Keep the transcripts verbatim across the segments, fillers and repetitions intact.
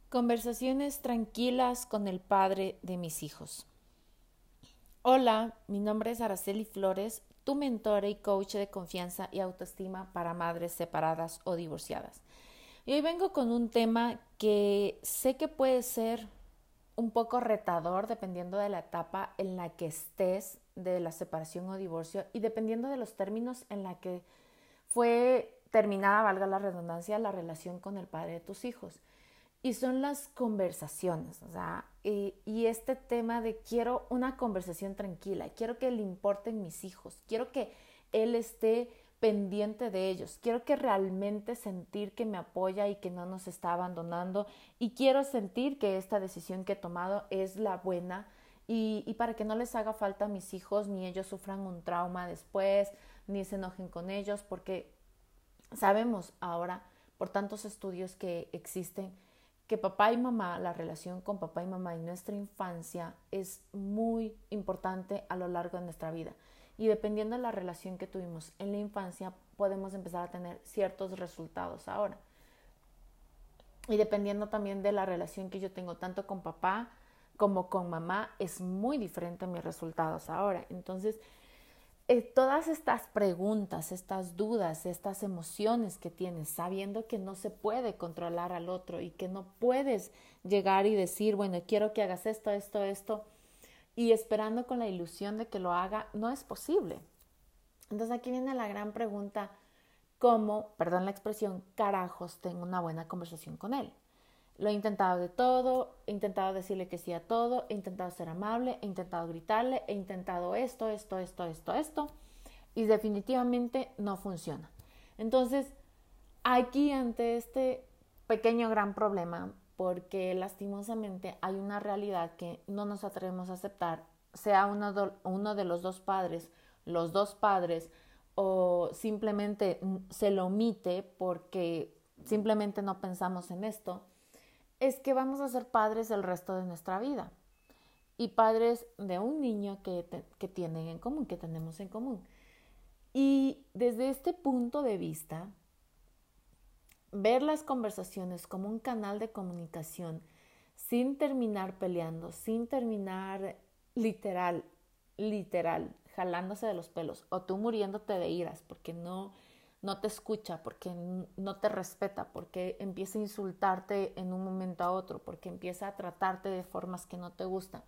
Conversaciones tranquilas con el padre de mis hijos. Hola, mi nombre es Araceli Flores, tu mentora y coach de confianza y autoestima para madres separadas o divorciadas. Y hoy vengo con un tema que sé que puede ser un poco retador dependiendo de la etapa en la que estés de la separación o divorcio y dependiendo de los términos en la que fue terminada, valga la redundancia, la relación con el padre de tus hijos. Y son las conversaciones, o sea, y, y este tema de quiero una conversación tranquila, quiero que le importen mis hijos, quiero que él esté pendiente de ellos, quiero que realmente sentir que me apoya y que no nos está abandonando y quiero sentir que esta decisión que he tomado es la buena y, y para que no les haga falta a mis hijos ni ellos sufran un trauma después, ni se enojen con ellos, porque sabemos ahora por tantos estudios que existen que papá y mamá, la relación con papá y mamá en nuestra infancia es muy importante a lo largo de nuestra vida. Y dependiendo de la relación que tuvimos en la infancia, podemos empezar a tener ciertos resultados ahora. Y dependiendo también de la relación que yo tengo tanto con papá como con mamá, es muy diferente mis resultados ahora. Entonces, eh, todas estas preguntas, estas dudas, estas emociones que tienes, sabiendo que no se puede controlar al otro y que no puedes llegar y decir, bueno, quiero que hagas esto, esto, esto, y esperando con la ilusión de que lo haga, no es posible. Entonces aquí viene la gran pregunta, ¿cómo, perdón la expresión, carajos tengo una buena conversación con él? Lo he intentado de todo, he intentado decirle que sí a todo, he intentado ser amable, he intentado gritarle, he intentado esto, esto, esto, esto, esto, y definitivamente no funciona. Entonces, aquí ante este pequeño gran problema, porque lastimosamente hay una realidad que no nos atrevemos a aceptar, sea uno de, uno de los dos padres, los dos padres, o simplemente se lo omite porque simplemente no pensamos en esto, es que vamos a ser padres el resto de nuestra vida y padres de un niño que, te, que tienen en común, que tenemos en común. Y desde este punto de vista, ver las conversaciones como un canal de comunicación sin terminar peleando, sin terminar literal, literal, jalándose de los pelos o tú muriéndote de iras porque no, no te escucha, porque no te respeta, porque empieza a insultarte en un momento a otro, porque empieza a tratarte de formas que no te gustan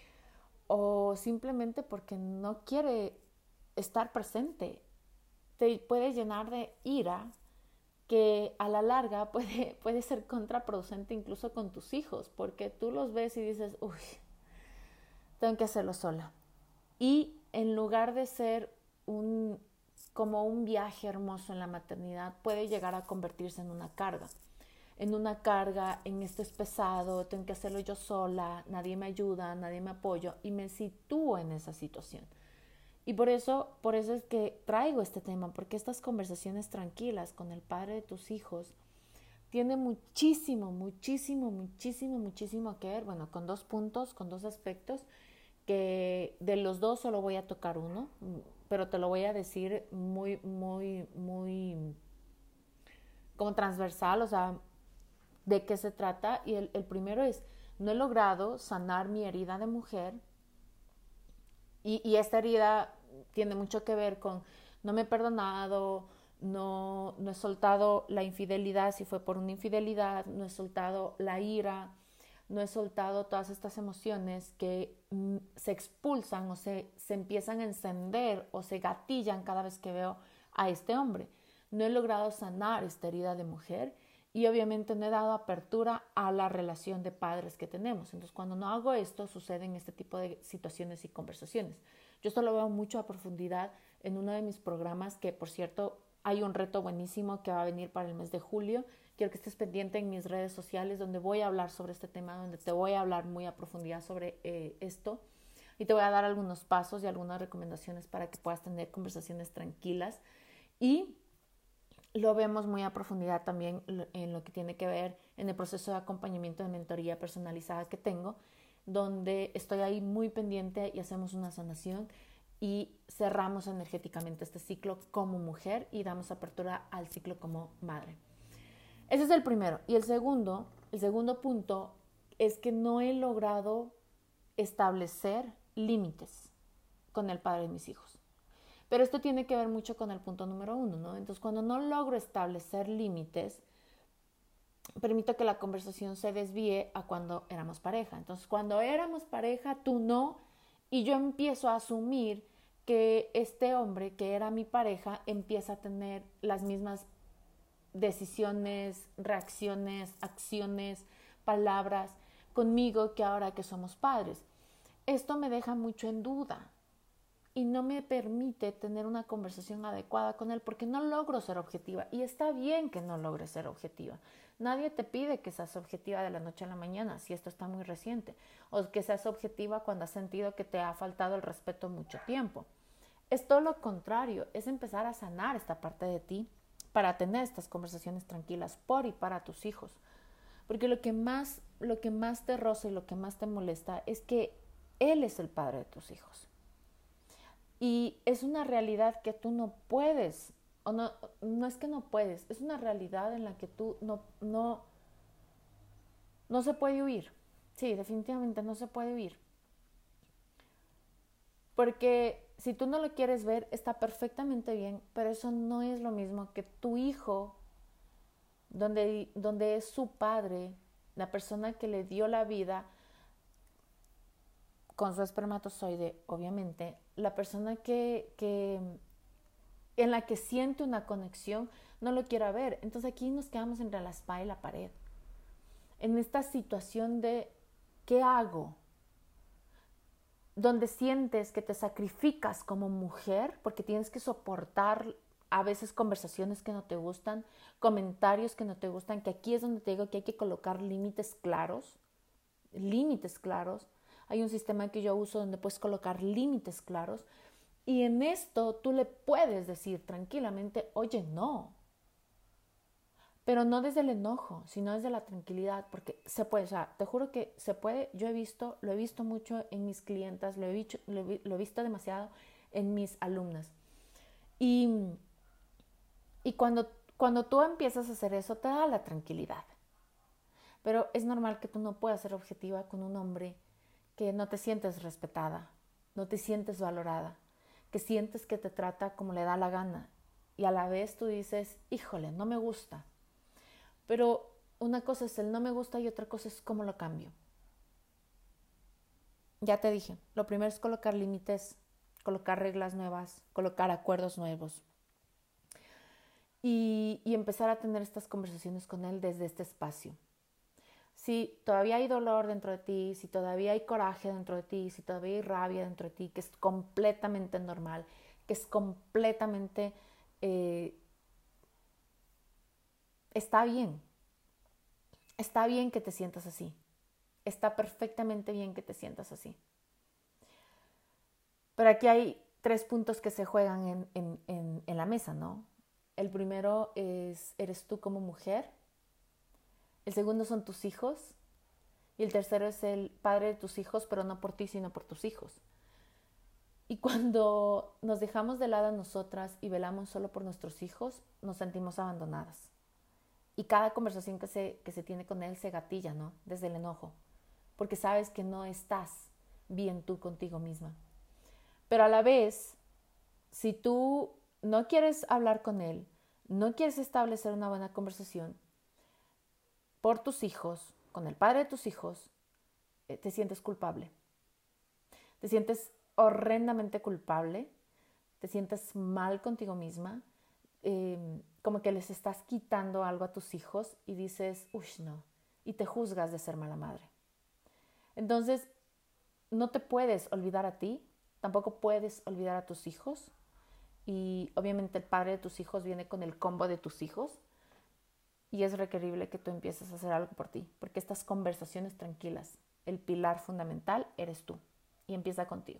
o simplemente porque no quiere estar presente, te puede llenar de ira que a la larga puede, puede ser contraproducente incluso con tus hijos, porque tú los ves y dices, uy, tengo que hacerlo sola. Y en lugar de ser un, como un viaje hermoso en la maternidad, puede llegar a convertirse en una carga. En una carga, en esto es pesado, tengo que hacerlo yo sola, nadie me ayuda, nadie me apoya y me sitúo en esa situación. Y por eso, por eso es que traigo este tema, porque estas conversaciones tranquilas con el padre de tus hijos tiene muchísimo, muchísimo, muchísimo, muchísimo que ver, bueno, con dos puntos, con dos aspectos, que de los dos solo voy a tocar uno, pero te lo voy a decir muy, muy, muy como transversal, o sea, de qué se trata. Y el, el primero es, no he logrado sanar mi herida de mujer y, y esta herida tiene mucho que ver con no me he perdonado, no, no he soltado la infidelidad si fue por una infidelidad, no he soltado la ira, no he soltado todas estas emociones que mm, se expulsan o se, se empiezan a encender o se gatillan cada vez que veo a este hombre. No he logrado sanar esta herida de mujer y obviamente no he dado apertura a la relación de padres que tenemos. Entonces, cuando no hago esto, suceden este tipo de situaciones y conversaciones. Yo esto lo veo mucho a profundidad en uno de mis programas, que por cierto hay un reto buenísimo que va a venir para el mes de julio. Quiero que estés pendiente en mis redes sociales donde voy a hablar sobre este tema, donde te voy a hablar muy a profundidad sobre eh, esto y te voy a dar algunos pasos y algunas recomendaciones para que puedas tener conversaciones tranquilas. Y lo vemos muy a profundidad también en lo que tiene que ver en el proceso de acompañamiento de mentoría personalizada que tengo, donde estoy ahí muy pendiente y hacemos una sanación y cerramos energéticamente este ciclo como mujer y damos apertura al ciclo como madre. Ese es el primero. Y el segundo El segundo punto es que no he logrado establecer límites con el padre de mis hijos. Pero esto tiene que ver mucho con el punto número uno, ¿no? Entonces, cuando no logro establecer límites, permito que la conversación se desvíe a cuando éramos pareja. Entonces, cuando éramos pareja, tú no, y yo empiezo a asumir que este hombre que era mi pareja empieza a tener las mismas decisiones, reacciones, acciones, palabras conmigo que ahora que somos padres. Esto me deja mucho en duda y no me permite tener una conversación adecuada con él porque no logro ser objetiva. Y está bien que no logre ser objetiva. Nadie te pide que seas objetiva de la noche a la mañana, si esto está muy reciente, o que seas objetiva cuando has sentido que te ha faltado el respeto mucho tiempo. Es todo lo contrario, es empezar a sanar esta parte de ti para tener estas conversaciones tranquilas por y para tus hijos. Porque lo que más, lo que más te roza y lo que más te molesta es que él es el padre de tus hijos. Y es una realidad que tú no puedes, o no, no es que no puedes, es una realidad en la que tú no, no, no se puede huir. Sí, definitivamente no se puede huir. Porque si tú no lo quieres ver, está perfectamente bien, pero eso no es lo mismo que tu hijo, donde, donde es su padre, la persona que le dio la vida, con su espermatozoide, obviamente, la persona que, que en la que siente una conexión, no lo quiera ver. Entonces aquí nos quedamos entre la espada y la pared. En esta situación de ¿qué hago? Donde sientes que te sacrificas como mujer porque tienes que soportar a veces conversaciones que no te gustan, comentarios que no te gustan, que aquí es donde te digo que hay que colocar límites claros, límites claros. Hay un sistema que yo uso donde puedes colocar límites claros y en esto tú le puedes decir tranquilamente, oye, no. Pero no desde el enojo, sino desde la tranquilidad, porque se puede, o sea, te juro que se puede. Yo he visto, lo he visto mucho en mis clientas, lo he visto, lo he, lo he visto demasiado en mis alumnas. Y, y cuando, cuando tú empiezas a hacer eso, te da la tranquilidad. Pero es normal que tú no puedas ser objetiva con un hombre que no te sientes respetada, no te sientes valorada, que sientes que te trata como le da la gana. Y a la vez tú dices, híjole, no me gusta. Pero una cosa es el no me gusta y otra cosa es cómo lo cambio. Ya te dije, lo primero es colocar límites, colocar reglas nuevas, colocar acuerdos nuevos. Y, y empezar a tener estas conversaciones con él desde este espacio. Si todavía hay dolor dentro de ti, si todavía hay coraje dentro de ti, si todavía hay rabia dentro de ti, que es completamente normal, que es completamente... Eh, está bien. Está bien que te sientas así. Está perfectamente bien que te sientas así. Pero aquí hay tres puntos que se juegan en, en, en, en la mesa, ¿no? El primero es, eres tú como mujer. El segundo son tus hijos. Y el tercero es el padre de tus hijos, pero no por ti, sino por tus hijos. Y cuando nos dejamos de lado a nosotras y velamos solo por nuestros hijos, nos sentimos abandonadas. Y cada conversación que se, que se tiene con él se gatilla, ¿no? Desde el enojo. Porque sabes que no estás bien tú contigo misma. Pero a la vez, si tú no quieres hablar con él, no quieres establecer una buena conversación por tus hijos, con el padre de tus hijos, eh, te sientes culpable. Te sientes horrendamente culpable, te sientes mal contigo misma, eh, como que les estás quitando algo a tus hijos y dices, uy, no, y te juzgas de ser mala madre. Entonces, no te puedes olvidar a ti, tampoco puedes olvidar a tus hijos, y obviamente el padre de tus hijos viene con el combo de tus hijos, y es requerible que tú empieces a hacer algo por ti, porque estas conversaciones tranquilas, el pilar fundamental eres tú, y empieza contigo.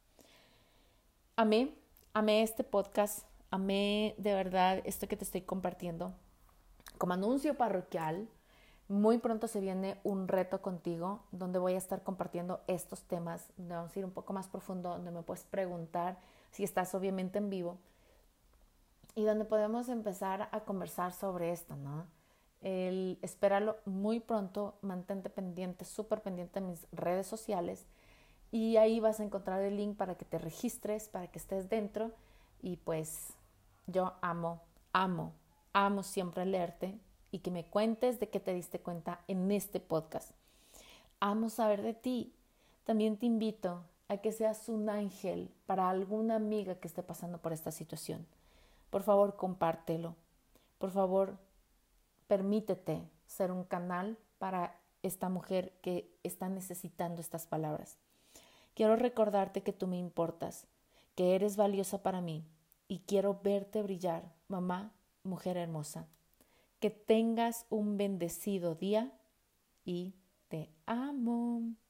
Amé, amé este podcast, amé de verdad esto que te estoy compartiendo. Como anuncio parroquial, muy pronto se viene un reto contigo donde voy a estar compartiendo estos temas, donde vamos a ir un poco más profundo, donde me puedes preguntar si estás obviamente en vivo y donde podemos empezar a conversar sobre esto, ¿no? El, espéralo muy pronto, mantente pendiente, súper pendiente de mis redes sociales y ahí vas a encontrar el link para que te registres, para que estés dentro y pues yo amo, amo, amo siempre leerte y que me cuentes de qué te diste cuenta en este podcast. Amo saber de ti. También te invito a que seas un ángel para alguna amiga que esté pasando por esta situación. Por favor, compártelo. Por favor, permítete ser un canal para esta mujer que está necesitando estas palabras. Quiero recordarte que tú me importas, que eres valiosa para mí y quiero verte brillar, mamá, mujer hermosa. Que tengas un bendecido día y te amo.